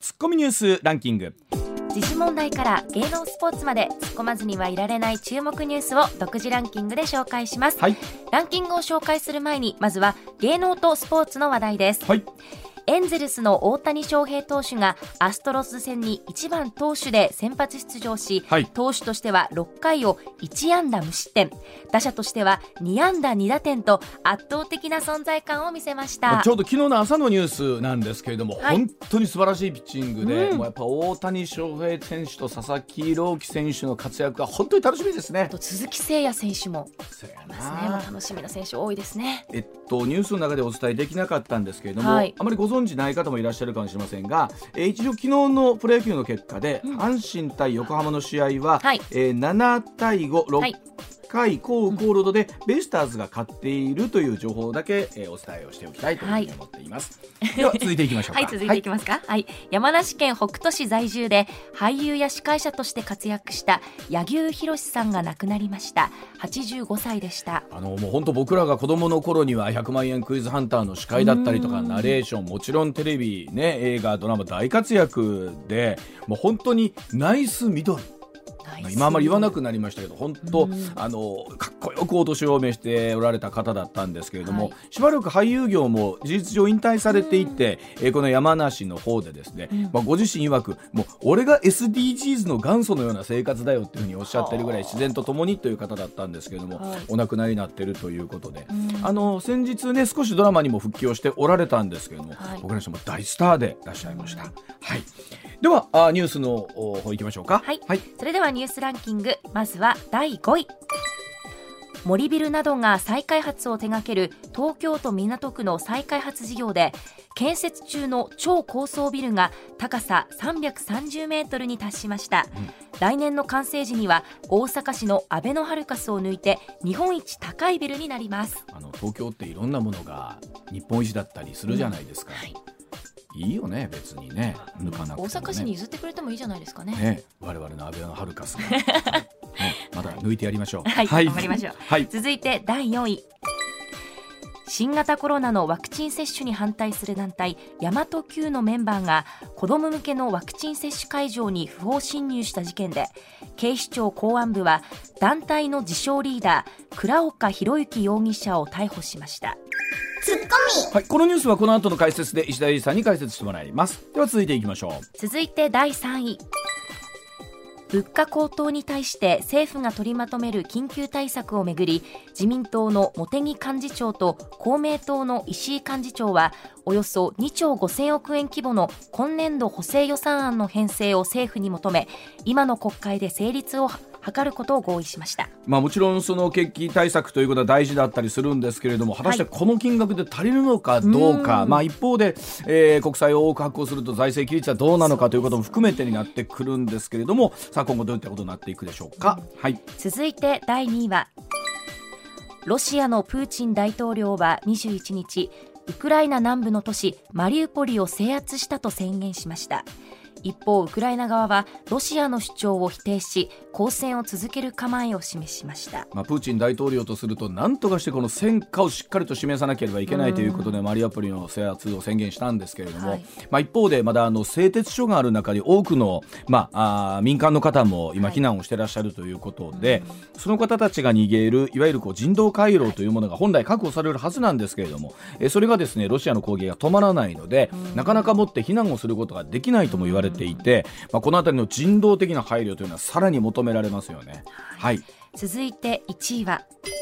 ツッコミニュースランキング。 時事問題から芸能スポーツまで突っ込まずにはいられない注目ニュースを独自ランキングで紹介します、ランキングを紹介する前にまずは芸能とスポーツの話題です、エンゼルスの大谷翔平投手がアストロズ戦に1番投手で先発出場し、投手としては6回を1安打無失点、打者としては2安打2打点と圧倒的な存在感を見せました。 ちょうど昨日の朝のニュースなんですけれども、本当に素晴らしいピッチングで、もうやっぱ大谷翔平選手と佐々木朗希選手の活躍が本当に楽しみですね。 あと鈴木誠也選手もいますね。楽しみな選手多いですね。 ニュースの中でお伝えできなかったんですけれども、あまりご存知ない方もいらっしゃるかもしれませんが、一応昨日のプロ野球の結果で、阪神対横浜の試合は、7対5、6回降雨コールドでベイスターズが勝っているという情報だけ、お伝えをしておきたいというふうに思っています、では続いていきましょうか。 続いていきますか。山梨県北杜市在住で俳優や司会者として活躍した柳生博さんが亡くなりました。85歳でした。 もう本当僕らが子供の頃には100万円クイズハンターの司会だったりとかナレーション、もちろんテレビ、映画ドラマ大活躍で、もう本当にナイスミドル、今あまり言わなくなりましたけど、本当かっこよくお年を召しておられた方だったんですけれども、しばらく俳優業も事実上引退されていて、この山梨の方でですね、ご自身曰くもう俺が SDGs の元祖のような生活だよっていうふうにおっしゃってるぐらい自然と共にという方だったんですけれども、お亡くなりになっているということで、先日ね少しドラマにも復帰をしておられたんですけれども、僕らとしても大スターでいらっしゃいました。ではニュースの方行きましょうか。 それではニュースランキング、まずは第5位。森ビルなどが再開発を手掛ける東京都港区の再開発事業で、建設中の超高層ビルが高さ330メートルに達しました、来年の完成時には大阪市のあべのハルカスを抜いて日本一高いビルになります。 東京っていろんなものが日本一だったりするじゃないですか、いいよね、別にね、抜かなくてもね。 大阪市に譲ってくれてもいいじゃないですかね。 我々のアベノハルカスが、まだ抜いてやりましょう。 頑張りましょう。続いて第4位。新型コロナのワクチン接種に反対する団体神真都Qのメンバーが子ども向けのワクチン接種会場に不法侵入した事件で、警視庁公安部は団体の自称リーダー倉岡宏之容疑者を逮捕しました。 ツッコミ、 このニュースはこの後の解説で石田英二さんに解説してもらいます。では続いていきましょう。 続いて第3位。物価高騰に対して政府が取りまとめる緊急対策をめぐり、自民党の茂木幹事長と公明党の石井幹事長はおよそ2兆5000億円規模の今年度補正予算案の編成を政府に求め、今の国会で成立を図ることを合意しました。 もちろんその景気対策ということは大事だったりするんですけれども、果たしてこの金額で足りるのかどうか、一方で、国債を多く発行すると財政規律はどうなのかということも含めてになってくるんですけれども、さあ今後どういったことになっていくでしょうか。 続いて第2位は、ロシアのプーチン大統領は21日、ウクライナ南部の都市マリウポリを制圧したと宣言しました。一方、ウクライナ側はロシアの主張を否定し、抗戦を続ける構えを示しました。 プーチン大統領とすると何とかしてこの戦果をしっかりと示さなければいけないということでマリウポリの制圧を宣言したんですけれども、一方でまだ製鉄所がある中で多くの、民間の方も今避難をしていらっしゃるということで、その方たちが逃げるいわゆる人道回廊というものが本来確保されるはずなんですけれども、それがですねロシアの攻撃が止まらないので、なかなかもって避難をすることができないとも言われていて、このあたりの人道的な配慮というのはさらに求められますよね。 続いて1位は、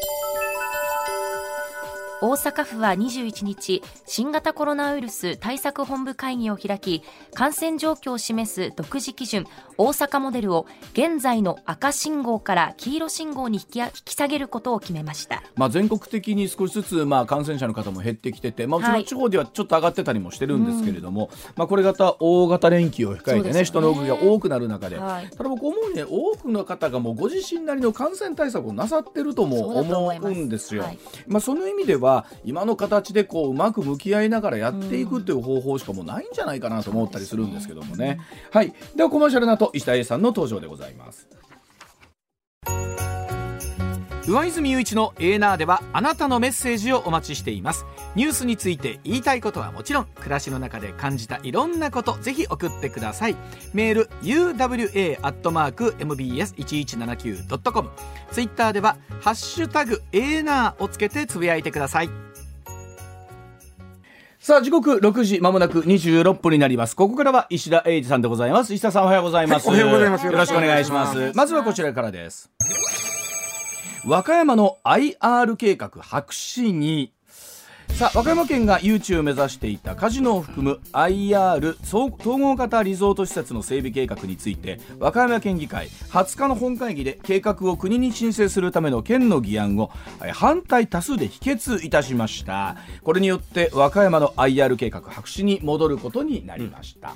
大阪府は21日、新型コロナウイルス対策本部会議を開き、感染状況を示す独自基準大阪モデルを現在の赤信号から黄色信号に引き下げることを決めました。 全国的に少しずつ感染者の方も減ってきてて、うちの地方ではちょっと上がってたりもしてるんですけれども、これが大型連休を控えてね、人の動きが多くなる中で、ただ僕思うにね、多くの方がもうご自身なりの感染対策をなさってるとも思うんですよ。その意味では今の形でうまく向き合いながらやっていくという方法しかもうないんじゃないかなと思ったりするんですけどもね。ではコマーシャルの後、石田英さんの登場でございます。 上泉雄一のエーナーではあなたのメッセージをお待ちしています。ニュースについて言いたいことはもちろん、暮らしの中で感じたいろんなこと、ぜひ送ってください。メール uwa@mbs1179.com、 ツイッターではハッシュタグエーナーをつけてつぶやいてください。さあ時刻6時まもなく26分になります。ここからは石田英二さんでございます。石田さんおはようございます。 おはようございます。 よろしくお願いします。まずはこちらからです。和歌山の IR 計画白紙に。さあ和歌山県が誘致を目指していたカジノを含む IR 統合型リゾート施設の整備計画について、和歌山県議会20日の本会議で計画を国に申請するための県の議案を反対多数で否決いたしました。これによって和歌山の IR 計画白紙に戻ることになりました。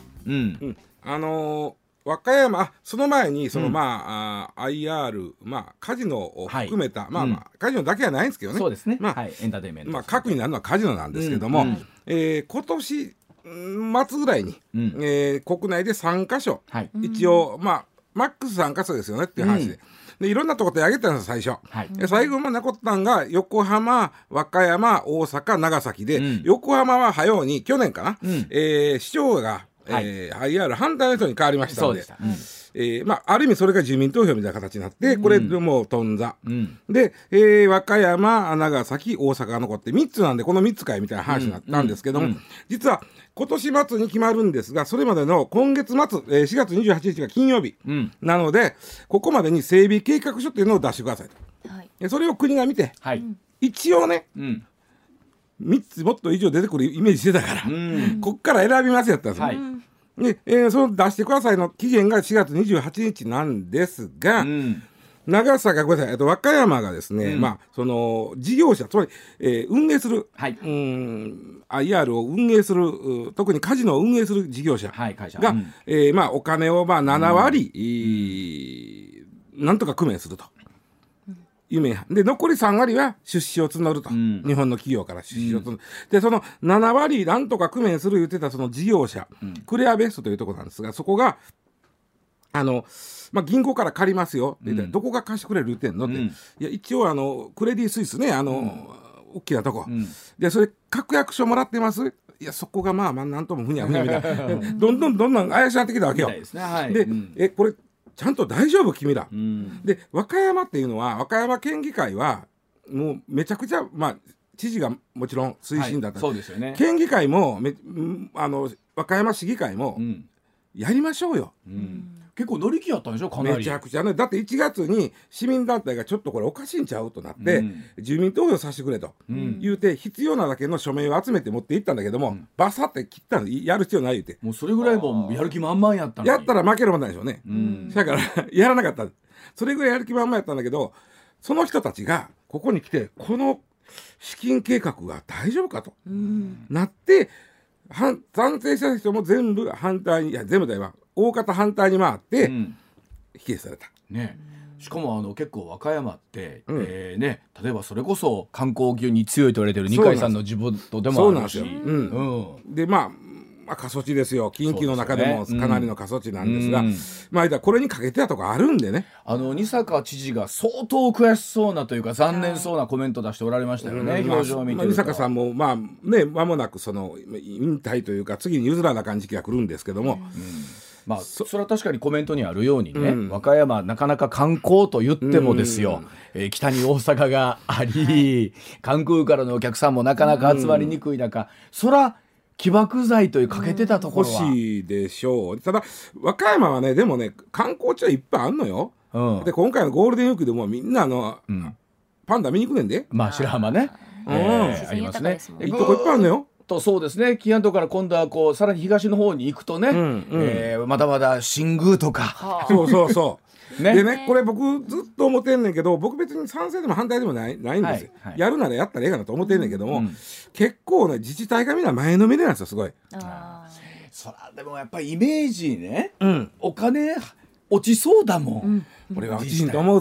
和歌山、その前にIR、カジノを含めた、カジノだけはないんですけどね。 そうですね。エンターテインメント。 核になるのはカジノなんですけども、今年末ぐらいに、国内で3カ所、一応マックス3カ所ですよねっていう話で、いろんなところで上げたんです最初。最後まで残ったのが横浜、和歌山、大阪、長崎で、横浜は早うに去年かな、市長がIR 反対の人に変わりましたので、ある意味それが住民投票みたいな形になって、これでもう頓挫、で、和歌山、長崎、大阪が残って3つなんで、この3つかいみたいな話になったんですけども、実は今年末に決まるんですが、それまでの今月末、4月28日が金曜日、なのでここまでに整備計画書っていうのを出してくださいと、それを国が見て、一応ね、3つもっと以上出てくるイメージしてたから、こっから選びますやったんですよ。で、その出してくださいの期限が4月28日なんですが、長崎がごめんなさい、和歌山がですね、その事業者、つまり、運営する、IR を運営する、特にカジノを運営する事業者が、お金を7割、なんとか工面すると。で残り3割は出資を募ると、日本の企業から出資を募る、でその7割なんとか工面する言ってたその事業者、クレアベストというところなんですが、そこが銀行から借りますよって言ったら、どこが貸してくれる言ってんのって、いや一応クレディ・スイスね、大きなとこ、でそれ確約書もらってます、いやそこがなんともふにゃふにゃみたいなどんどん怪しくなってきたわけよ。で、これちゃんと大丈夫君ら、で和歌山っていうのは、和歌山県議会はもうめちゃくちゃ、知事がもちろん推進だった、 そうですよね。 県議会も和歌山市議会も、やりましょうよ、 結構乗り気やったんでしょ、かなり。 めちゃくちゃね。だって1月に市民団体がちょっとこれおかしいんちゃうとなって、住民投票させてくれと言うて、必要なだけの署名を集めて持っていったんだけども、バサって切ったの、やる必要ない言うて、 もうそれぐらいもうやる気満々やったのに、 やったら負けるもんなんでしょうね。だからやらなかった。それぐらいやる気満々やったんだけど、その人たちがここに来て、この資金計画が大丈夫かと、なって、賛成した人も全部反対に、いや全部だよ、大方反対に回って否決された、 しかも結構和歌山って、例えばそれこそ観光業に強いと言われてる二階さんの地元でもあるし、 で過疎地ですよ。近畿の中でもかなりの過疎地なんですが、これにかけてたとこあるんでね。 二坂知事が相当悔しそうなというか残念そうなコメント出しておられましたよね、表情を見てると。 二坂さんも間もなくその引退というか次に譲らな感じが来るんですけども、 それは確かにコメントにあるようにね、和歌山なかなか観光と言ってもですよ、北に大阪があり、関空からのお客さんもなかなか集まりにくい中、そら起爆剤というかけてたところは欲しいでしょう。ただ和歌山はね、でもね、観光地はいっぱいあんのよ、で今回のゴールデンウィークでもみんなパンダ見に行くねんで、 白浜ね、ありますね、 いいとこいっぱいあるのよ。 そうですね、紀伊半島から今度はさらに東の方に行くとね、まだまだ新宮とか、そうでね、これ僕ずっと思ってんねんけど、僕別に賛成でも反対でもないんですよ、やるならやったらええかなと思ってんねんけども、結構ね自治体がみんな前のめりなんですよ、すごい。 そらでもやっぱりイメージね、お金落ちそうだもん、 俺は落ちひんと思うぞ。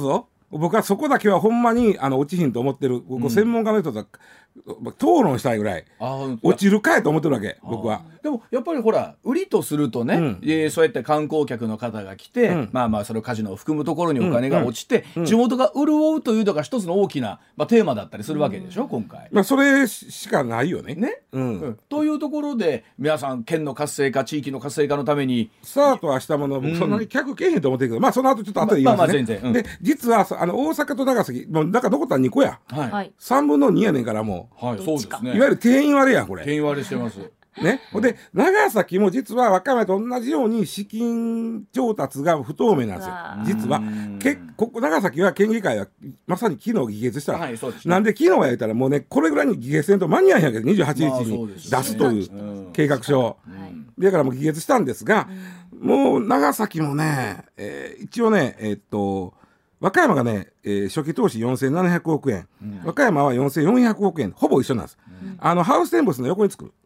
僕はそこだけはほんまに落ちひんと思ってる、専門家の人と討論したいぐらい落ちるかいと思ってるわけ、僕は。 でもやっぱりほら売りとするとね、そうやって観光客の方が来て、まあそれをカジノを含むところにお金が落ちて、地元が潤うというのが一つの大きな、テーマだったりするわけでしょ、今回。 それしかないよね。 というところで皆さん県の活性化、地域の活性化のためにスタートはしたもの、僕そんなに客来えへんと思ってるけど、その後ちょっと後で言いますね。で実は大阪と長崎だから残ったら2個や、3分の2やねんから、もう、 そうですね、 いわゆる定員割れやん、これ。定員割れしてますね。で長崎も実は和歌山と同じように資金調達が不透明なんですよ、実は。長崎は県議会はまさに昨日議決した、なんで昨日や言ったらもうね、これぐらいに議決せんと間に合えへんやけど、28日に出すという計画書、だからもう議決したんですが、もう長崎もね、一応ね、和歌山がね、初期投資4700億円、和歌山は4400億円、ほぼ一緒なんです。ハウステンボスの横に作る。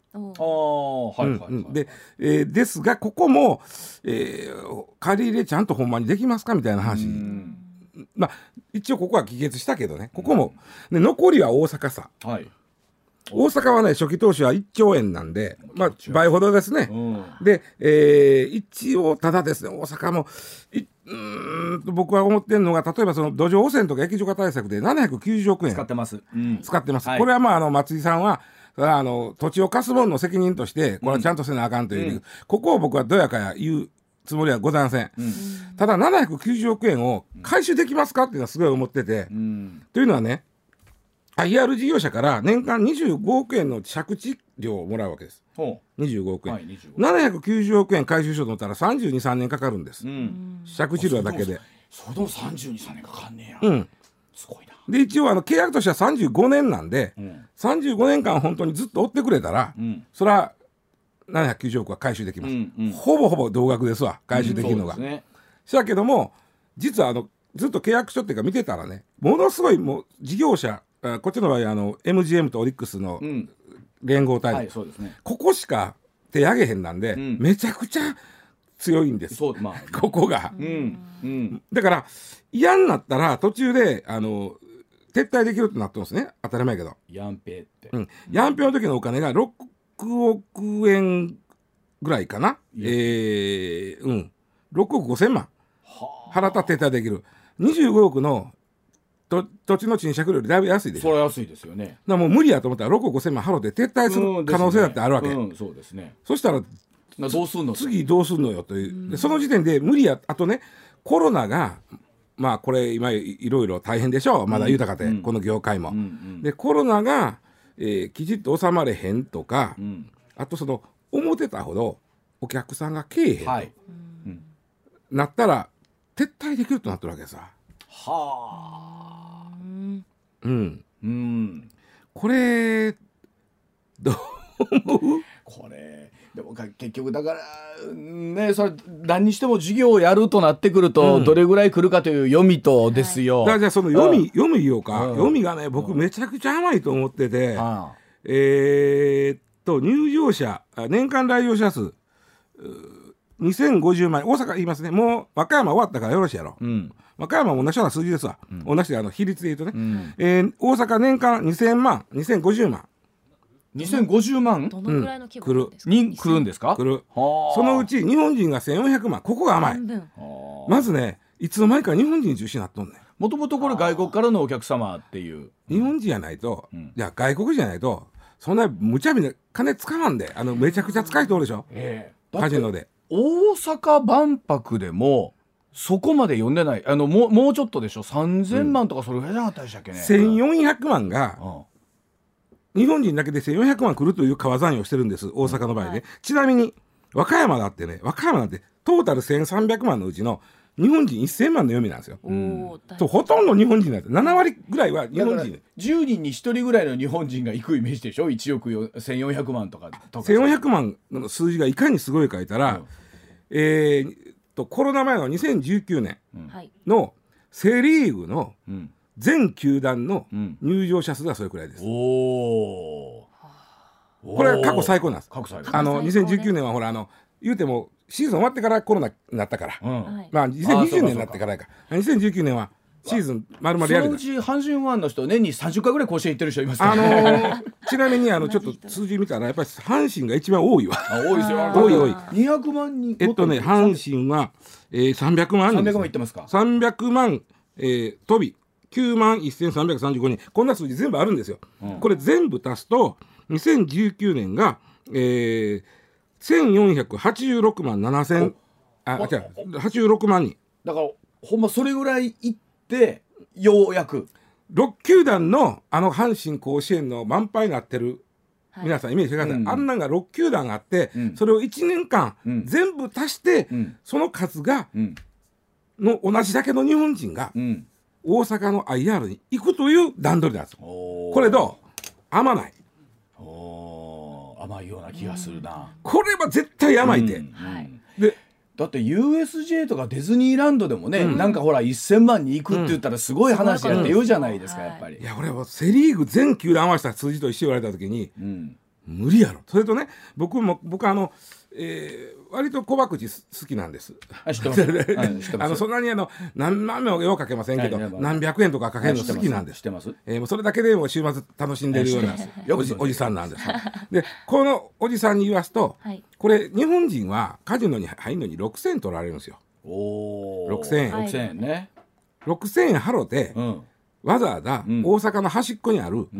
ですがここも、借り入れちゃんとほんまにできますかみたいな話、一応ここは議決したけどね、ここも、残りは大阪さ、大阪はね初期投資は1兆円なんで、倍ほどですね。で、一応ただですね、大阪も僕は思ってるのが、例えばその土壌汚染とか液状化対策で790億円使ってます。 これは松井さんは土地を貸すものの責任としてこれはちゃんとせなあかんという、ここを僕はどやかや言うつもりはございません。ただ790億円を回収できますかっていうのはすごい思ってて、というのはね、IR 事業者から年間25億円の借地料をもらうわけです。25億円、790億円回収しようと思ったら32、3年かかるんです、借地料だけで。 それでも32、3年かかんねや、すごいな。 で一応契約としては35年なんで、35年間本当にずっと追ってくれたら、それは790億は回収できます、ほぼほぼ同額ですわ、回収できるのが。そやけども実はずっと契約書っていうか見てたらね、ものすごいもう事業者、こっちの場合MGM とオリックスの連合体、ここしか手挙げへんなんで、めちゃくちゃ強いんです、ここが、だから嫌になったら途中で撤退できるってなってますね、当たり前やけど。 ヤンペって、 ヤンペの時のお金が6億円ぐらいかな、6億5千万払ったら撤退できる。25億の土地の賃借料よりだいぶ安いでしょ。 それは安いですよね。 もう無理やと思ったら6億5千万払って撤退する可能性だってあるわけ、 そうですね。 そしたらどうすんの、 次どうすんのよという、でその時点で無理や。あとね、コロナがこれ今いろいろ大変でしょう、まだ豊かで、この業界も、でコロナが、きちっと収まれへんとか、あと思ってたほどお客さんがけえへんと、なったら撤退できるとなってるわけさ。これどう思う？ これでも結局だからね、それ何にしても事業をやるとなってくると、どれぐらい来るかという読みとですよ。 じゃあその読み言おうか、読みがね、僕めちゃくちゃ甘いと思ってて、入場者年間来場者数2050万、大阪言いますね、もう和歌山終わったからよろしいやろ、和歌山も同じような数字ですわ、同じ比率で言うとね、大阪年間2000万2050万 2050万どのぐらいの規模ですか？ 来るんですか？ 来る。そのうち日本人が1400万、ここが甘い。まずね、いつの間にか日本人中止になっとんねん。 もともとこれ外国からのお客様っていう、 日本人じゃないと、いや外国じゃないとそんな無茶な金使わんで、めちゃくちゃ使いとるでしょ、カジノで。 大阪万博でもそこまで読んでない、もうちょっとでしょ、3000万とかそれぐらいじゃなかったでしたっけね。 1400万が、日本人だけで1400万来るという川算をしてるんです、大阪の場合ね、ちなみに和歌山だってね、和歌山なんてトータル1300万のうちの日本人1000万の読みなんですよ。ほとんど日本人なんです。7割ぐらいは日本人で、 10人に1人ぐらいの日本人が行くイメージでしょ。1億1400万とか 1400万の数字がいかにすごいか言ったら、コロナ前の2019年のセ・リーグの全球団の入場者数がそれくらいです。これは過去最高なんです。2019年はほら言うてもシーズン終わってからコロナになったから、2020年になってからか、2019年はシーズン丸々やる。 そのうち阪神ファンの人年に30回ぐらい甲子園行ってる人いますからね。 ちなみにちょっと数字見たらやっぱり阪神が一番多いわ。 多いですよ。 多い。 200万人。 阪神は、300万人。 300万いってますか。 300万、飛び9万1335人。こんな数字全部あるんですよ。これ全部足すと2019年が、1486万700086万人だからほんまそれぐらい行ってようやく 6球団の阪神甲子園の満杯になってる、皆さんイメージしてください、あんなんが6球団あって、それを1年間、全部足して、その数が、の同じだけの日本人が、大阪の IR に行くという段取りなんですよ。これどう？甘ない。 甘いような気がするな。 これは絶対甘いで。でだって USJ とかディズニーランドでもね、なんかほら1000万に行くって言ったらすごい話やって言うじゃないですか、やっぱり。 いや俺はセリーグ全球団合わせた数字と一緒言われた時に、無理やろ。それとね僕割と小博打好きなんです。 知ってます。 そんなに何万もようかけませんけど、何百円とかかけるの好きなんです。 もうそれだけでも週末楽しんでるようなおじさんなんです。でこのおじさんに言わすと、これ日本人はカジノに入るのに6000円取られるんですよ。6000 円ね。 6000円払って、わざわざ大阪の端っこにある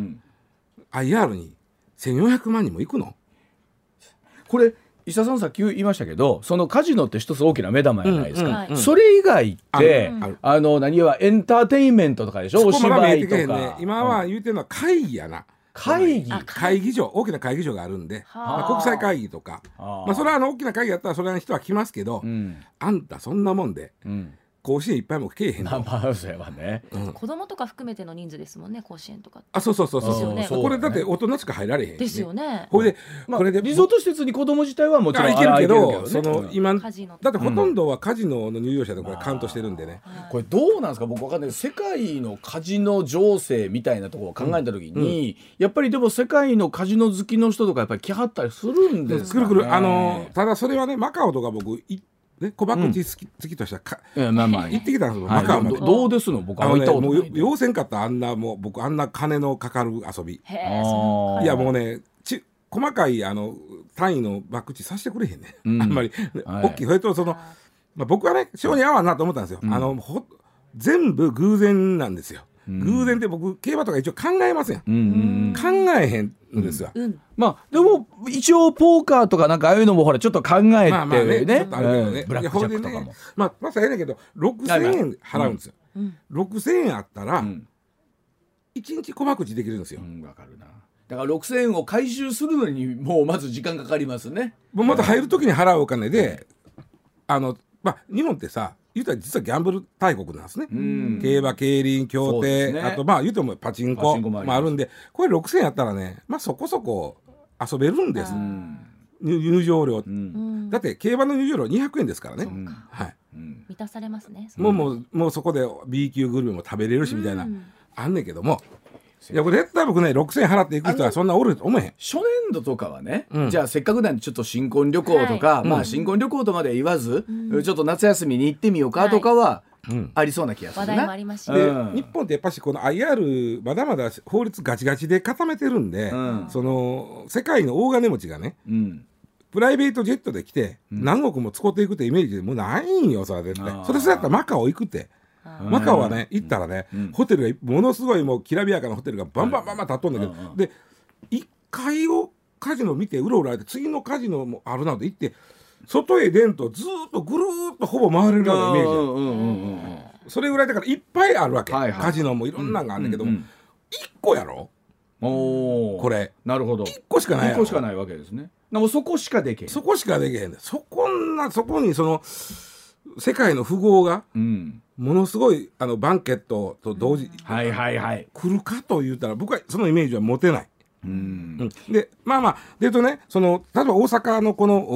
IR に1400万人も行くの？ これ石田さんさっき言いましたけど、そのカジノって一つ大きな目玉じゃないですか。それ以外って何はエンターテインメントとかでしょ、お芝居とか。 今は言うてるのは会議やな。会議場、大きな会議場があるんで、国際会議とか、それは大きな会議やったらそれは人は来ますけど、あんたそんなもんで甲子園いっぱいもけえへんの。 子供とか含めての人数ですもんね、甲子園とか。 そうこれだって大人しか入られへんですよね。 これでリゾート施設に子供自体はもちろん行けるけど、今だってほとんどはカジノの入場者でこれカウントしてるんでね。 これどうなんですか、僕分かんないけど、世界のカジノ情勢みたいなところを考えた時に、やっぱりでも世界のカジノ好きの人とかやっぱり来はったりするんですかね。 くるただそれはね、マカオとか僕小博打好きとしては行ってきたんですよ、マカオまで。 どうですの？僕は行ったことない。 要せんかった僕あんな金のかかる遊び。いやもうね、細かい単位の博打させてくれへんね、あんまり大きい。それと僕はね性に合わんなと思ったんですよ。全部偶然なんですよ。偶然って僕競馬とか一応考えません。考えへんのですが、 まあでも一応ポーカーとかなんかああいうのもほらちょっと考えてね、ブラックジャックとかもまあそうやねんけど6000円払うんですよ。6000円あったら1日小博打できるんですよ。 わかるな。だから6000円を回収するのにもうまず時間かかりますね。 また入る時に払うお金で、日本ってさ言うたら実はギャンブル大国なんですね。競馬、競輪、競艇、あと言うてもパチンコもあるんで、これ6000円やったらね、そこそこ遊べるんです。入場料、だって競馬の入場料200円ですからね。 満たされますね。 もうそこで B 級グルメも食べれるしみたいなあんねんけども、いやこれ絶対僕ね6000円払っていく人はそんなおると思えへん。 初年度とかはね、じゃあせっかくなんでちょっと新婚旅行とか、新婚旅行とまで言わず、ちょっと夏休みに行ってみようかとかはありそうな気がするな。 話題もありますし、 で日本ってやっぱしこの IR まだまだ法律ガチガチで固めてるんで、その世界の大金持ちがね、プライベートジェットで来て何億も使っていくってイメージでもうないんよ。それは絶対それやったらマカオ行くって。マカオはね行ったらね、ホテルがものすごいもうきらびやかなホテルがバンバン立っとんだけど、で1階をカジノ見てうろうろあって次のカジノもあるなと行って外へ出んとずっとぐるーっとほぼ回れるようなイメージ。それぐらいだからいっぱいあるわけ。カジノもいろんなのがあるんだけども、1個やろこれ。 なるほど。 1個しかないやろ。 1個しかないわけですね。でもそこしかできへん。 そこしかできへん。そこにその世界の富豪がものすごいバンケットと同時来るかと言ったら僕はそのイメージは持てない。でで言うとね、例えば大阪のこの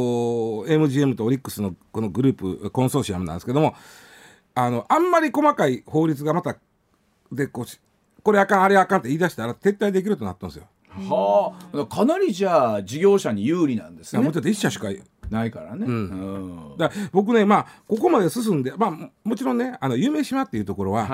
MGM とオリックスのこのグループコンソーシアムなんですけども、あんまり細かい法律がまたでこれあかんあれあかんって言い出したら撤退できるとなったんですよ。 かなりじゃあ事業者に有利なんですね。 もうちょっと1社しかないからね。 だから僕ねここまで進んでもちろんね夢島っていうところは、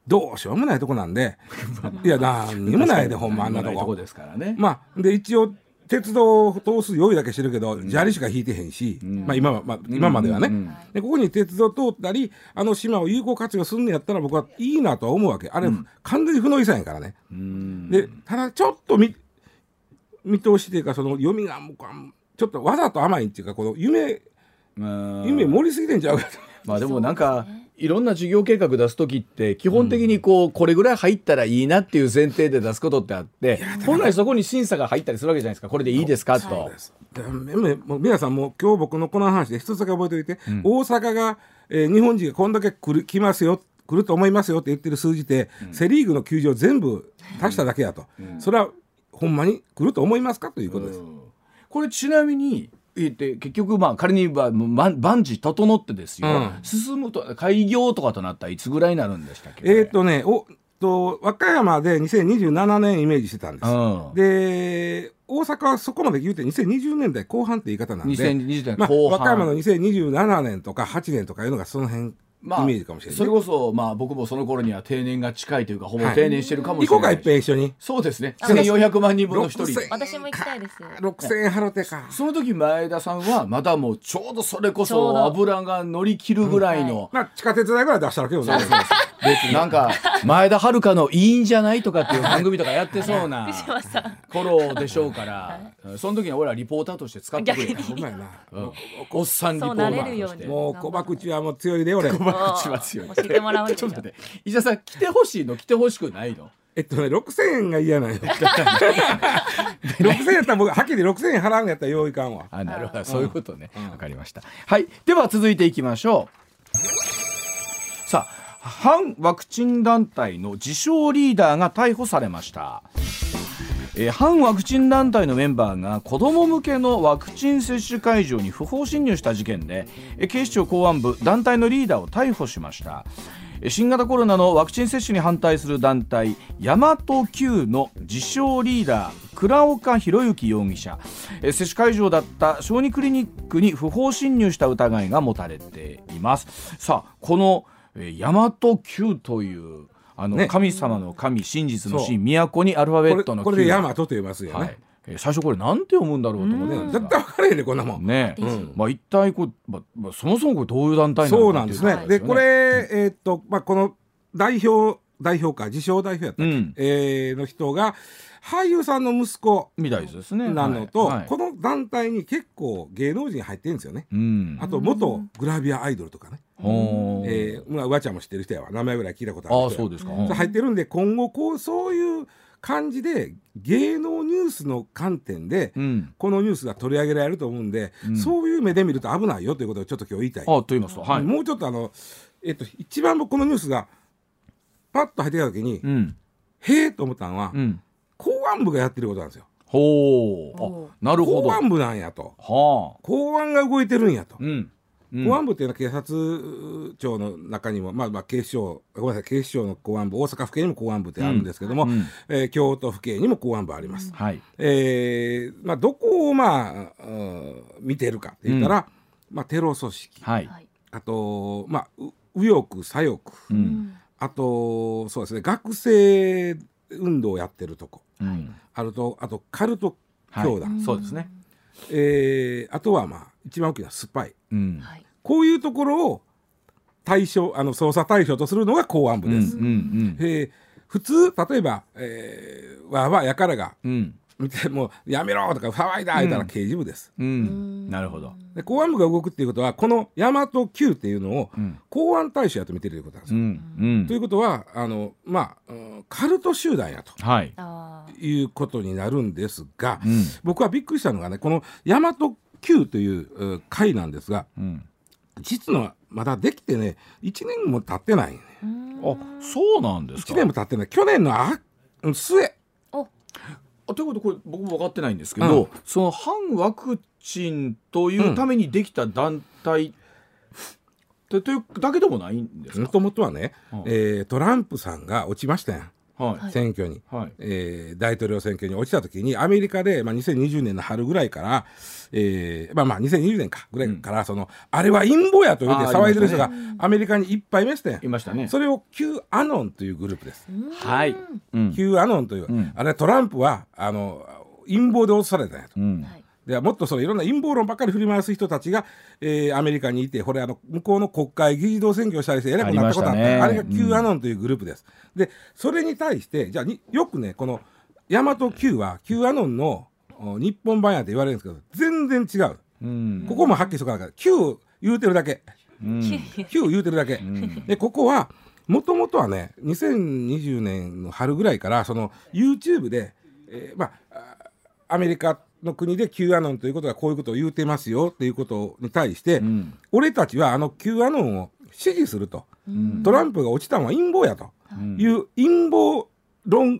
どうしようもないとこなんでいや何にもないでほんまあんなとこですからね。 まあで一応鉄道を通す用意だけしてるけど、砂利しか引いてへんし、まあ今まではね、でここに鉄道通ったり島を有効活用するんやったら僕はいいなとは思うわけ。あれ、完全に不能遺産やからね。でただちょっと見通しというかその読みがちょっとわざと甘いっていうかこの夢盛りすぎてんちゃうかと。 まあでもなんかいろんな事業計画出す時って基本的にこれぐらい入ったらいいなっていう前提で出すことってあって、本来そこに審査が入ったりするわけじゃないですか。これでいいですかと。 もう皆さんも今日僕のこの話で一つだけ覚えておいて、大阪が、日本人がこんだけ来ますよ来ると思いますよって言ってる数字で、セリーグの球場全部足しただけやと、それはほんまに来ると思いますかということです。 これちなみに結局仮に万事整ってですよ、進むと開業とかとなったらいつぐらいになるんでしたっけ？ 和歌山で2027年イメージしてたんです、で大阪はそこまで言うて2020年代後半って言い方なんで、 2020年後半、 和歌山の2027年とか8年とかいうのがその辺イメージかもしれない、 それこそ僕もその頃には定年が近いというかほぼ定年してるかもしれない、 行こうか一遍一緒に。 そうですね、1400万人分の一人で私も行きたいです。 6000円払ってか。 その時前田さんはまだもうちょうどそれこそ油が乗り切るぐらいの、 地下鉄代ぐらい出したらけどね。 なんか前田遥のいいんじゃないとかっていう番組とかやってそうな頃でしょうから、その時に俺らリポーターとして使ってくれた。おっさんリポーターとして。 もう小博はもう強いで俺。 小博は強い。 教えてもらう。 ちょっと待って、石田さん来てほしいの来てほしくないの ？6000円が嫌なんよ。6000円やったら僕はっきり6000円払うんやったら用意かんわ。 なるほど、そういうことね。わかりました。はい、では続いていきましょう。さあ、反ワクチン団体の自称リーダーが逮捕されました。反ワクチン団体のメンバーが子ども向けのワクチン接種会場に不法侵入した事件で、警視庁公安部団体のリーダーを逮捕しました。新型コロナのワクチン接種に反対する団体大和急の自称リーダー倉岡博之容疑者、接種会場だった小児クリニックに不法侵入した疑いが持たれています。さあ、この大和急という神様の神、真実の真、都にアルファベットのこれで大和と言いますよね。 最初これなんて読むんだろうと思って絶対分かれへんねこんなもんね。一体そもそもこれどういう団体なのか。 そうなんですね。でこれこの代表か自称代表やったっけ、の人が俳優さんの息子みたいですね。 なのと、この団体に結構芸能人入ってるんですよね。あと元グラビアアイドルとかね。うわちゃんも知ってる人やわ。名前ぐらい聞いたことある人や。 そうですか。 入ってるんで、今後そういう感じで芸能ニュースの観点で、このニュースが取り上げられると思うんで、そういう目で見ると危ないよということをちょっと今日言いたい。 と言いますと、 もうちょっと一番僕このニュースがパッと入ってきた時に、へえと思ったのは、公安部がやってることなんですよ。なるほど。公安部なんやと。公安が動いてるんやと。公安部っていうのは警察庁の中にも、警視庁の公安部、大阪府警にも公安部ってあるんですけども、京都府警にも公安部あります。どこを見てるかって言ったら、テロ組織、あと右翼左翼、あとそうですね、学生運動をやってるとこ、あとカルト教団、 そうですね。 あとは一番大きなスパイ、こういうところを捜査対象とするのが公安部です。普通例えば、やからが、見てもうやめろとか騒いだ言ったら刑事部です。 なるほど。 で公安部が動くっていうことはこの大和急っていうのを公安大使やと見てるということなんですよ。ということはカルト集団やと、いうことになるんですが、僕はびっくりしたのがね、この大和急という会なんですが、実はまだできてね1年も経ってないね。 そうなんですか。 1年も経ってない。去年の末ということこれ僕も分かってないんですけど、その反ワクチンというためにできた団体というだけでもないんですか。 もともとはね、トランプさんが落ちましたやん。 選挙に、大統領選挙に落ちた時にアメリカで、2020年の春ぐらいから、2020年かぐらいから、あれは陰謀やと言って騒いでる人がアメリカにいっぱいいましたよ。 いましたね。 それを Q アノンというグループです。 はい。 Q アノンという、あれトランプは陰謀で落とされたんやと。でもっといろんな陰謀論ばっかり振り回す人たちが、アメリカにいて、これ向こうの国会議事堂選挙をしたりして偉くなったことあって、あれが Q アノンというグループです。でそれに対してじゃあよくね、この大和 Q は Q アノンの日本版やって言われるんですけど、全然違う。ここもはっきりしとかなから Q 言うてるだけ、Q 言うてるだけ、でここはもともとはね、2020年の春ぐらいからYouTube で、アメリカの国で Q アノンということがこういうことを言うてますよっていうことに対して、俺たちはQ アノンを支持すると、トランプが落ちたのは陰謀やという陰謀論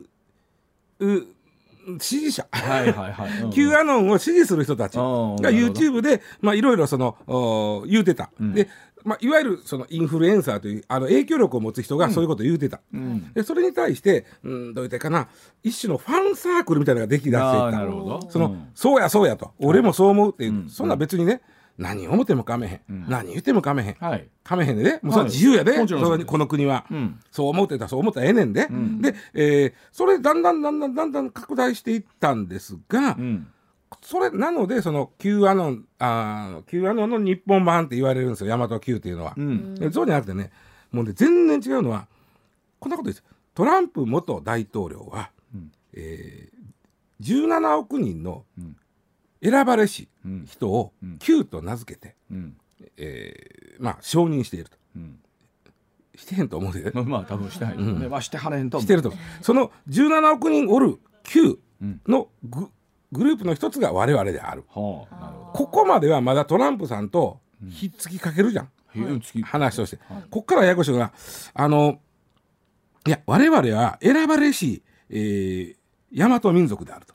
支持者、Q アノンを支持する人たちが YouTube でいろいろ言うてた。でいわゆるインフルエンサーという影響力を持つ人がそういうことを言うてた。でそれに対して、どう言ってかな、一種のファンサークルみたいなのができだしていった。そうやそうやと、俺もそう思うっていう、そんな別にね、何思ってもかめへん、何言ってもかめへん、かめへんでね、もうそれは自由やで、この国は、そう思ってたらそう思ったらええねんで、で、それだんだん拡大していったんですが、それなのでQ アノンの日本版って言われるんですよ、大和 Q っていうのは。そうじゃなくてね、もうね全然違うのはこんなことです。トランプ元大統領は、17億人の選ばれし人を Q と名付けて、承認していると。してへんと思うで、 多分してないね。してはれへんと思う。 してると。その17億人おる Q のグループの一つが我々である。ここまではまだトランプさんとひっつきかけるじゃん、話として。こっからややこしいのが、いや我々は選ばれし、大和民族である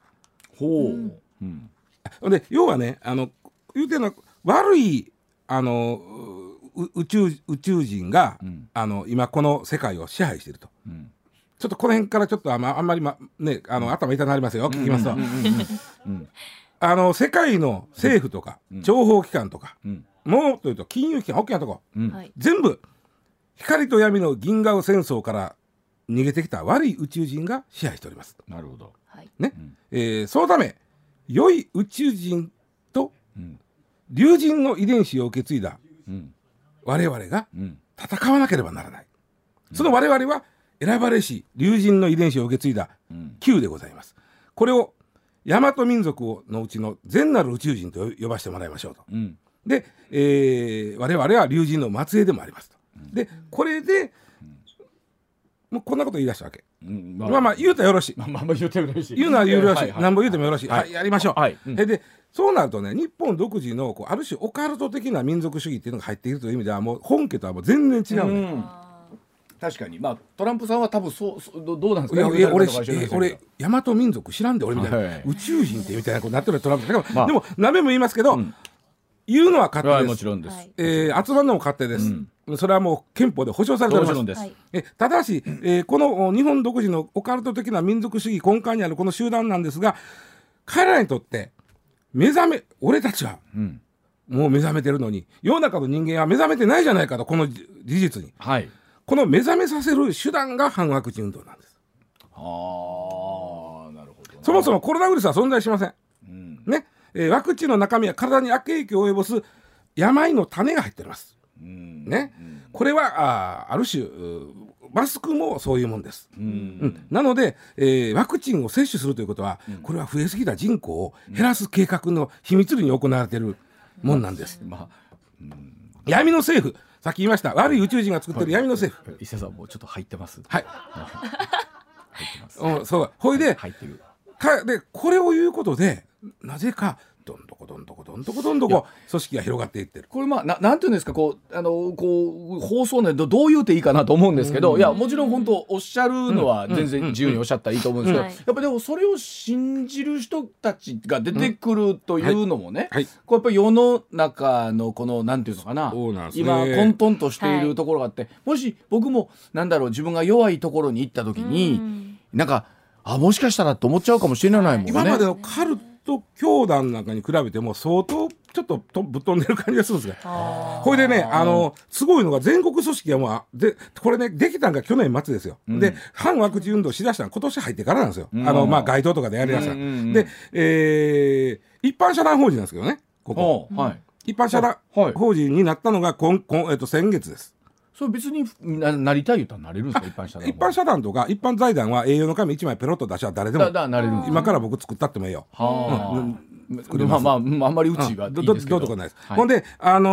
と。で要はね、言うてるのは悪い宇宙人が、今この世界を支配していると。ちょっとこの辺からちょっとあんまり、頭痛なりますよ、聞きますと。世界の政府とか、情報機関とか、もっと言うと金融機関、大きなとこ、全部光と闇の銀河戦争から逃げてきた悪い宇宙人が支配しております。 なるほど。 そのため良い宇宙人と竜人の遺伝子を受け継いだ我々が戦わなければならない。その我々は選ばれし竜人の遺伝子を受け継いだ Q でございます。これを大和民族のうちの善なる宇宙人と呼ばせてもらいましょうと。で、我々は竜人の末裔でもありますと。でこれでもうこんなこと言い出したわけ。言うたらよろしい。言うのはよろしい。何ぼ言うてもよろしい。やりましょう。でそうなるとね、日本独自のある種オカルト的な民族主義っていうのが入っているという意味では、もう本家とはもう全然違うね。 確かに、トランプさんは多分どうなんですか。 俺大和民族知らんで、俺みたいな宇宙人ってみたいなことになってるトランプでも何べも言いますけど、言うのは勝手です。 もちろんです。 集まるのも勝手です。それはもう憲法で保障されております。ただし、この日本独自のオカルト的な民族主義根幹にあるこの集団なんですが、彼らにとって俺たちはもう目覚めてるのに、世の中の人間は目覚めてないじゃないかと、この事実に。この目覚めさせる手段が反ワクチン運動なんです。 なるほど。 そもそもコロナウイルスは存在しません。ワクチンの中身は体に悪影響を及ぼす病の種が入っております。これはある種マスクもそういうもんです。なので、ワクチンを接種するということは、これは増えすぎた人口を減らす計画の秘密裏に行われているもんなんです。闇の政府、さっき言いました悪い宇宙人が作ってる闇の政府。 伊勢さんもうちょっと入ってます。 はい。 入ってます。 そう。ほいで入ってる。 でこれを言うことでなぜかどんどこ組織が広がっていってる。 これなんていうんですか、こう放送ね、どう言うていいかなと思うんですけど、いやもちろん本当おっしゃるのは全然自由におっしゃったらいいと思うんですけど、やっぱでもそれを信じる人たちが出てくるというのもね、こうやっぱり世の中のこのなんていうのかな、今混沌としているところがあって、もし僕も自分が弱いところに行った時に、 なんかもしかしたらと思っちゃうかもしれないもんね。 今までのカルト教団なんかに比べても相当ちょっとぶっ飛んでる感じがするんですが、これでねすごいのが全国組織はでこれねできたのが去年末ですよ、で反ワクチン運動しだしたの今年入ってからなんですよ、街頭とかでやりだした、で、一般社団法人なんですけどねここ、一般社団法人になったのが先月です。 それ別になりたい言ったらなれるんですか？ 一般社団とか一般財団は栄養の紙1枚ペロッと出しは誰でもなれる。 今から僕作ったってもいいよ。 あんまりうちはいいですけど、 どうとかないです。ほんで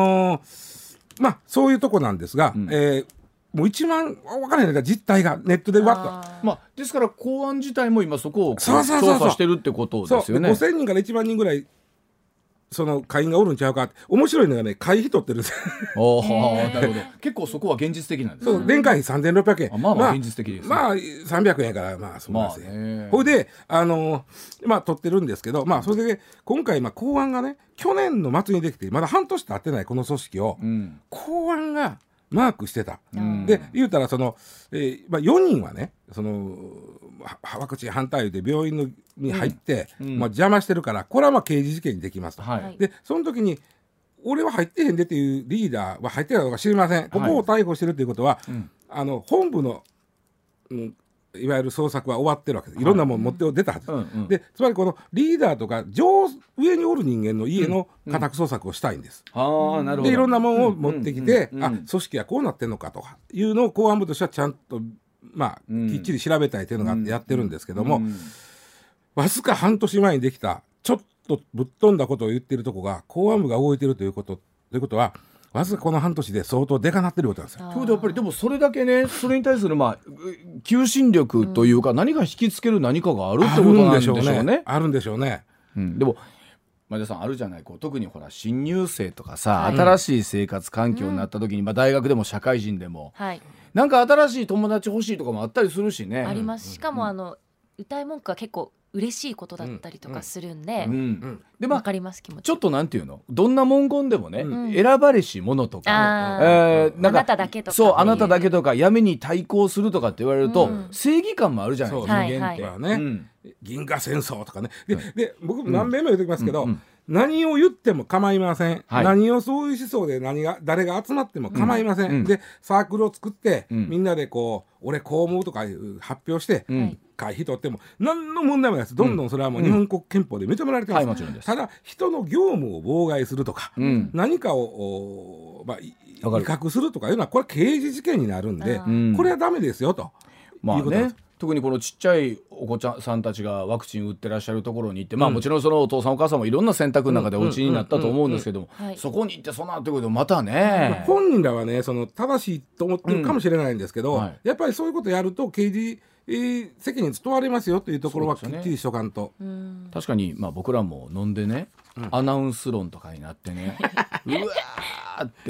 そういうとこなんですが、もう一番分からないのが実態がネットでわっと、 ですから公安自体も今そこを調査してるってことですよね。 5000人から1万人ぐらいその会員がおるんちゃうかって。面白いのがね、会費取ってるんですなるほど。結構そこは現実的なんですね。 そう、年会費3600円。 現実的ですね。 300円やからそうなんですよ。ほいで取ってるんですけど、それで今回公安がね去年の末にできてまだ半年経ってないこの組織を、公安がマークしてた、で言うたら4人はねワクチン反対で病院に入って、邪魔してるからこれは刑事事件にできますと、でその時に俺は入ってへんでっていうリーダーは入ってるかどうか知りません、ここを逮捕してるっていうことは、本部の、いわゆる捜索は終わってるわけです。いろんなもの持って出たはずで、つまりこのリーダーとか上におる人間の家の家宅捜索をしたいんです、でいろんなものを持ってきて、組織はこうなってんのかとかいうのを公安部としてはちゃんときっちり調べたいというのがやってるんですけども、わずか半年前にできたちょっとぶっ飛んだことを言ってるとこが公安部が動いてるということはわずかこの半年で相当でかなってることなんですよ。 ということはやっぱりでもそれだけね、それに対する求心力というか、何か引きつける何かがあるってことなんでしょうね。 あるんでしょうね。 でも前田さんあるじゃない、特にほら新入生とかさ、新しい生活環境になった時に、大学でも社会人でも、なんか新しい友達欲しいとかもあったりするしね。 あります。しかも歌い文句は結構嬉しいことだったりとかするんで、で分かります気持ち。 ちょっとなんていうの、どんな文言でもね、選ばれし者とか、 あなただけとか、 そうあなただけとか闇に対抗するとかって言われると、正義感もあるじゃないですか、人間って銀河戦争とかね。で僕も何遍も言うときますけど、何を言っても構いません、何をそういう思想で誰が集まっても構いません、でサークルを作って、みんなで俺こう思うとか発表して、会費取っても何の問題もないです。どんどんそれはもう日本国憲法で認められてます、ただ人の業務を妨害するとか、何かを威嚇するとかいうのはこれ刑事事件になるんで、これはダメですよということです。 特にこのちっちゃいお子ちゃんさんたちがワクチン打ってらっしゃるところに行って、もちろんそのお父さんお母さんもいろんな選択の中でお家になったと思うんですけども、そこに行ってそんなってことまたね、 本人らはね正しいと思ってるかもしれないんですけど、やっぱりそういうことやると刑事責任問われますよというところはきっちりしとかんと。 確かに僕らも飲んでね、アナウンス論とかになってねうわーって、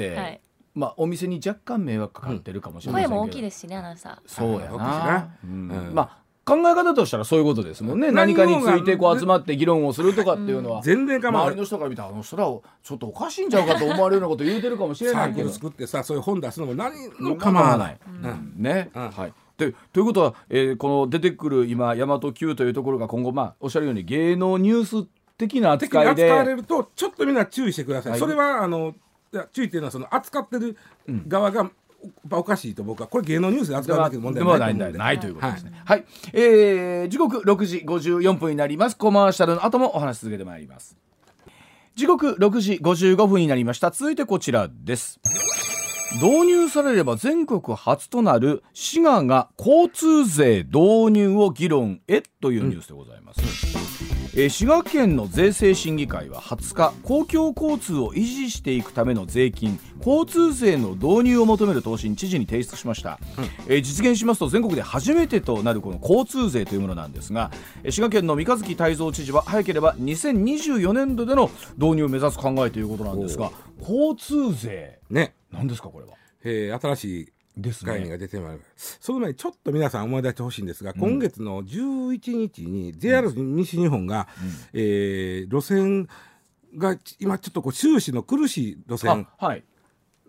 お店に若干迷惑かかってるかもしれないけど、 声も大きいですしね、アナウンサー。 そうやな。考え方としたらそういうことですもんね。何かについて集まって議論をするとかっていうのは、 全然構わない。 周りの人から見たらそれはちょっとおかしいんちゃうかと思われるようなこと言うてるかもしれないけど、 サークル作ってさ、そういう本出すのも何も構わないね。ということは、この出てくる今大和Qというところが今後おっしゃるように芸能ニュース的な扱いで扱われるとちょっとみんな注意してください。それは注意っていうのはその扱ってる側がおかしいと僕は、これ芸能ニュースで扱わなきゃ問題ないと思うんで、 ないということですね。時刻6時54分になります。コマーシャルの後もお話し続けてまいります。時刻6時55分になりました。続いてこちらです。導入されれば全国初となる滋賀が交通税導入を議論へというニュースでございます。滋賀県の税制審議会は20日、公共交通を維持していくための税金、交通税の導入を求める答申、知事に提出しました。実現しますと全国で初めてとなるこの交通税というものなんですが、滋賀県の三日月泰造知事は早ければ2024年度での導入を目指す考えということなんですが、交通税ね、何ですかこれは。 新しい概念が出てまいります。その前にちょっと皆さん思い出してほしいんですが、今月の11日に JR 西日本が、路線が今ちょっと収支の苦しい路線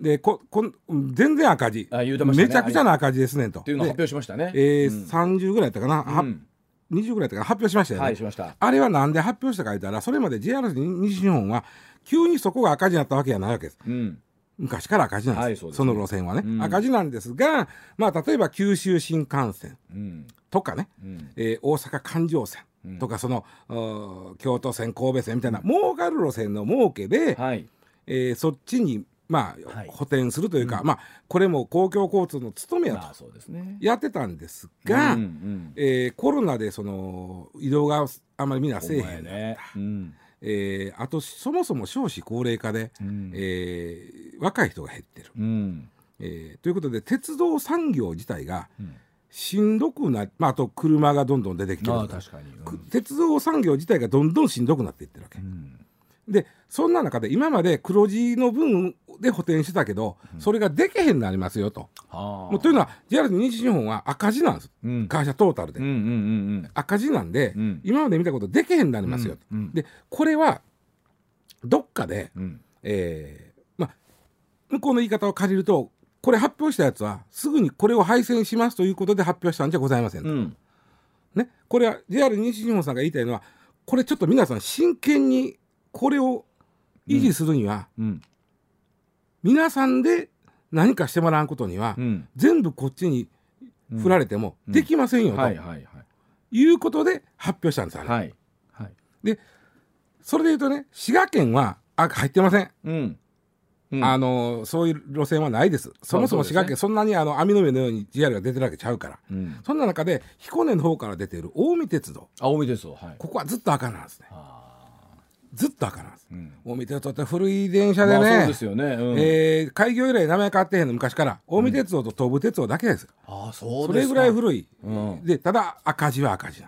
で全然赤字、 言うてましたね、 めちゃくちゃな赤字ですねとっていうのを発表しましたね。 30ぐらいやったかな、20ぐらいやったかな、発表しましたよね。 しました。 あれはなんで発表したか言ったら、それまで JR 西日本は急にそこが赤字になったわけじゃないわけです。昔から赤字なんです、その路線はね、赤字なんですが、まあ、例えば九州新幹線とかね、大阪環状線とか、その京都線神戸線みたいな儲かる路線の儲けで、そっちにまあ補填するというか、まあこれも公共交通の務めやとやってたんですが、コロナでその移動があまりみんなせえへんなった。あとそもそも少子高齢化で、若い人が減ってる、ということで鉄道産業自体がしんどくな、あと車がどんどん出てきてる、鉄道産業自体がどんどんしんどくなっていってるわけ、でそんな中で今まで黒字の分で補填してたけど、それができへんなりますよと。もうというのは JR 西日本は赤字なんです、会社トータルで、赤字なんで、今まで見たことできへんなりますよと、でこれはどっかで、まあ、向こうの言い方を借りると、これ発表したやつはすぐにこれを廃線しますということで発表したんじゃございませんと、ね、これは JR 西日本さんが言いたいのは、これちょっと皆さん真剣にこれを維持するには、皆さんで何かしてもらわんことには、全部こっちに振られてもできませんよということで発表したんですよ、でそれでいうとね、滋賀県は入ってません、そういう路線はないです。そもそも滋賀県そんなに網の目のように JR が出てるわけちゃうから、そんな中で彦根の方から出ている近江鉄道、ここはずっと赤なんですね。ずっと赤なんです、近江鉄道って古い電車でね、 そうですよね、 開業以来名前変わってへんの、昔から近江鉄道と東武鉄道だけです、それぐらい古い、でただ赤字は赤字なん、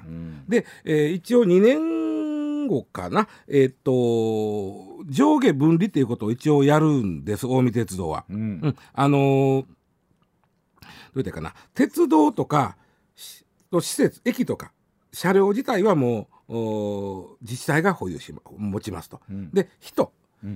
で、一応2年後かな、上下分離っていうことを一応やるんです、近江鉄道は、どういったかな、鉄道とか施設、駅とか車両自体はもう自治体が保有持ちますと、で人、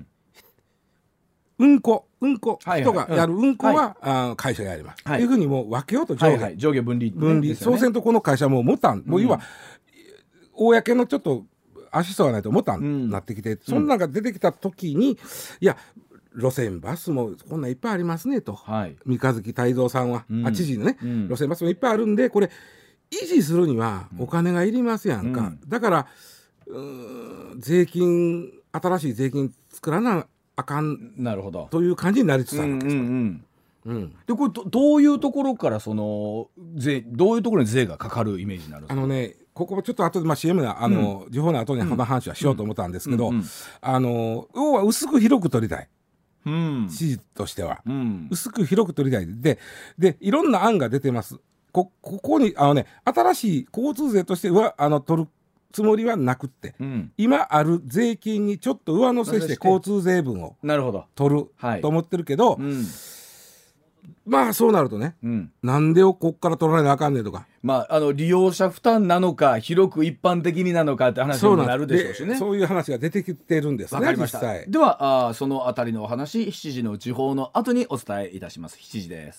運行、人がやる運行は、会社がやります、というふうにもう分けようと、上下分離、 そうせんとこの会社も持たん、もう今公のちょっとアシストがないと持たんなってきて、そんなのが出てきた時に、いや路線バスもこんないっぱいありますねと、三日月泰造さんは、知事のね、路線バスもいっぱいあるんで、これ維持するにはお金がいりますやんか、だから税金、新しい税金作らなあかんという感じになりつつあるわけです。 でこれどういうところからそのどういうところに税がかかるイメージになるんですか？ ここちょっと後で、CM の時報の後にこの話はしようと思ったんですけど、要は薄く広く取りたい、指示としては、薄く広く取りたいでいろんな案が出てます。ここに新しい交通税としては取るつもりはなくって、今ある税金にちょっと上乗せして交通税分を取ると思ってるけど、まあそうなるとね、なんでこっから取られなあかんねんとか、 利用者負担なのか広く一般的になのかって話にもなるでしょうしね。 そういう話が出てきてるんですね。 わかりました。 実際ではそのあたりのお話、7時の時報の後にお伝えいたします。7時です。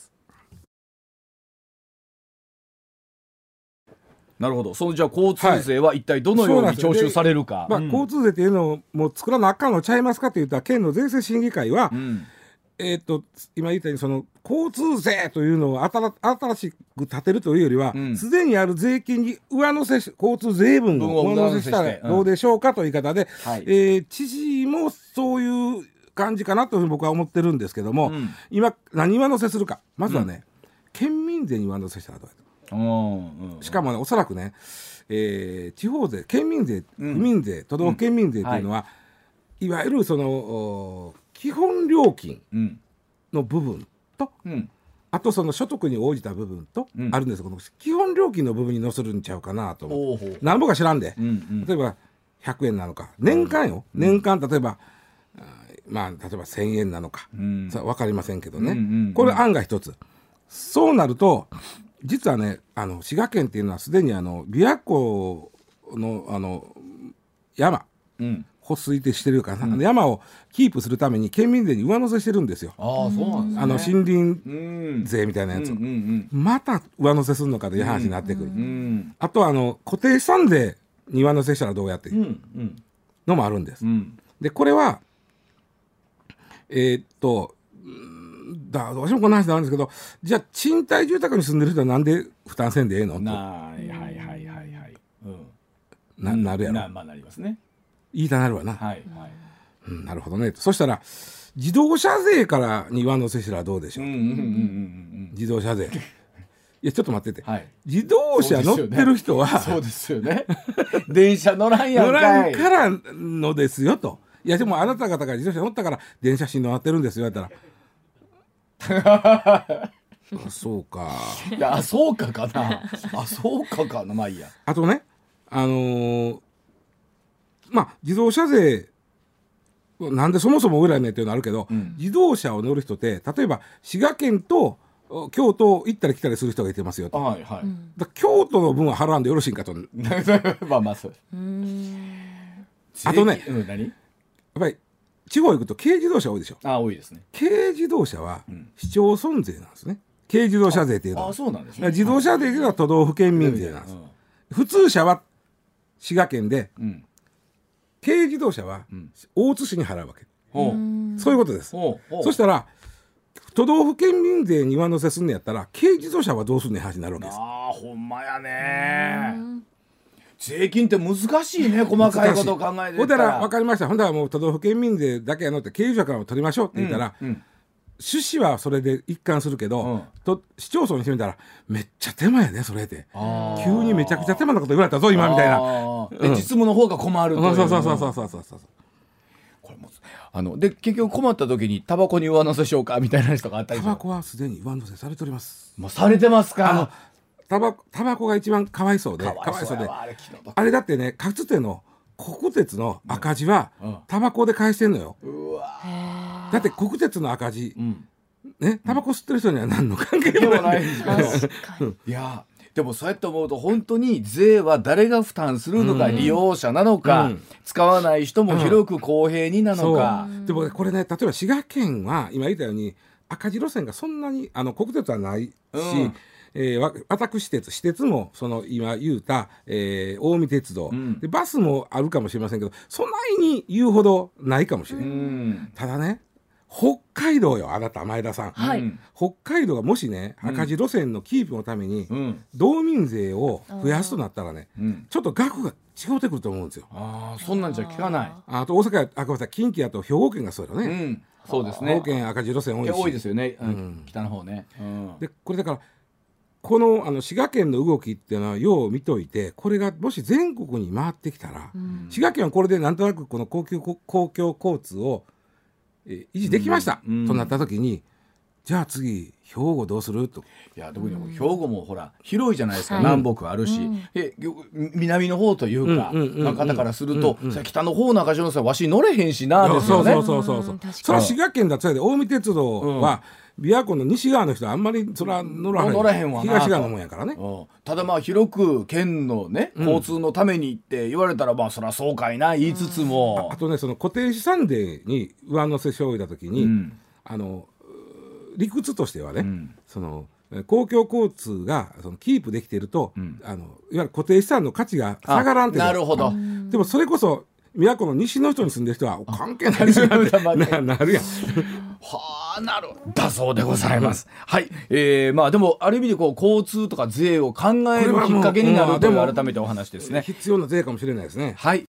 なるほど。じゃあ交通税は一体どのように徴収されるか、 交通税っていうのをもう作らなあかんのちゃいますかって言ったら、県の税制審議会は、今言ったようにその交通税というのを新しく立てるというよりは、すでにある税金に上乗せ交通税分を上乗せしたらどうでしょうかという言い方で、知事もそういう感じかなというふうに僕は思ってるんですけども、今何上乗せするか、まずはね、県民税に上乗せしたらどうやと。しかもね、おそらくね、地方税、県民税、府民税、都道府県民税というのは、いわゆるその基本料金の部分と、あとその所得に応じた部分とあるんですが、基本料金の部分に載せるんちゃうかなと思う。なんぼか知らんで、例えば100円なのか、年間よ、年間例えば例えば1000円なのか、分かりませんけどね、これ案が一つ。そうなると実はね、滋賀県っていうのはすでに琵琶湖の山、 保水ってしてるから、山をキープするために県民税に上乗せしてるんですよ。 ああ、そうなんですね。 森林税みたいなやつ、また上乗せするのかという話になってくる。あとは固定資産税に上乗せしたらどうやっていうのもあるんです。でこれはどうしてもこの話なんですけど、じゃあ賃貸住宅に住んでる人はなんで負担せんでええのとなるやろ。 まあなりますね。 言いたなるわな。 はいはい。 なるほどね。そしたら自動車税からに上乗せしたらどうでしょう。自動車税。いやちょっと待ってて、自動車乗ってる人はそうですよね。電車乗らんやんかい。 乗らんからのですよと。いやでもあなた方が自動車乗ったから電車しんどなってるんですよやったら。そうか。 いやそうかかな。そうかな。まあいいや。 あとね自動車税なんでそもそも俺らねっていうのあるけど、自動車を乗る人って例えば滋賀県と京都行ったり来たりする人がいてますよと。だ京都の分は払わんでよろしいんかと。 まあそう。 あとね、やっぱり地方行くと軽自動車多いでしょ。 多いですね。 軽自動車は市町村税なんですね。軽自動車税っていうのは。 そうなんですね。 自動車税っていうのは都道府県民税なんです。普通車は滋賀県で、軽自動車は大津市に払うわけ。そういうことです。そしたら都道府県民税に上乗せすんのやったら軽自動車はどうすんねん話になるわけです。 ほんまやね。税金って難しいね。細かいことを考えてほんだら分かりました。ほんだらもう都道府県民税だけやのって軽自動車からも取りましょうって言ったら、趣旨はそれで一貫するけど、市町村にしてみたらめっちゃ手間やねそれで。急にめちゃくちゃ手間なこと言われたぞ今みたいな。 実務の方が困るという。 そうこれもで結局困った時にタバコに上乗せしようかみたいな人があったり。 タバコはすでに上乗せされております。 もうされてますか。 タバコが一番かわいそうで、あれだってね、かつての国鉄の赤字はタバコで返してんのよ。だって国鉄の赤字、ね、タバコ吸ってる人には何の関係もないんですよ。 いやでもそうやって思うと本当に税は誰が負担するのか、利用者なのか、使わない人も広く公平になのか。 でもこれね、例えば滋賀県は今言ったように赤字路線がそんなに国鉄はないし、私私鉄もその今言うた、近江鉄道、でバスもあるかもしれませんけどそないに言うほどないかもしれない。ただね、北海道よ、あなた前田さん、北海道がもしね赤字路線のキープのために、道民税を増やすとなったらね、ちょっと額が違ってくると思うんですよ。 そんなんじゃ聞かない。 あと大阪やごめんなさい、近畿やと兵庫県がそうだね。 そうですね。 兵庫県赤字路線多いし。 多いですよね。北の方ね。 でこれだからこの滋賀県の動きっていうのはよう見といて、これがもし全国に回ってきたら、滋賀県はこれでなんとなくこの公共交通を維持できました、となった時に、じゃあ次兵庫どうすると。 いや特に兵庫もほら広いじゃないですか、南北あるし、南の方というか方からすると、北の方の赤字路線わし乗れへんしなですよね。 それは滋賀県だって近江鉄道は、琵琶湖の西側の人はあんまりそれは乗らへんわな、東側のもんやからね。 ただまあ広く県のね交通のためにって言われたら、まあそりゃそうかいな言いつつも、 あとね、その固定資産税に上乗せしようた時に、理屈としてはね、その公共交通がそのキープできていると、いわゆる固定資産の価値が下がらんっていう。 なるほど。 でもそれこそ宮古の西の人に住んでる人は関係ないじゃんなるやん。 はあ、なるだそうでございます。はい、まあでもある意味でこう交通とか税を考えるきっかけになるという改めてお話ですね。 必要な税かもしれないですね。 はい。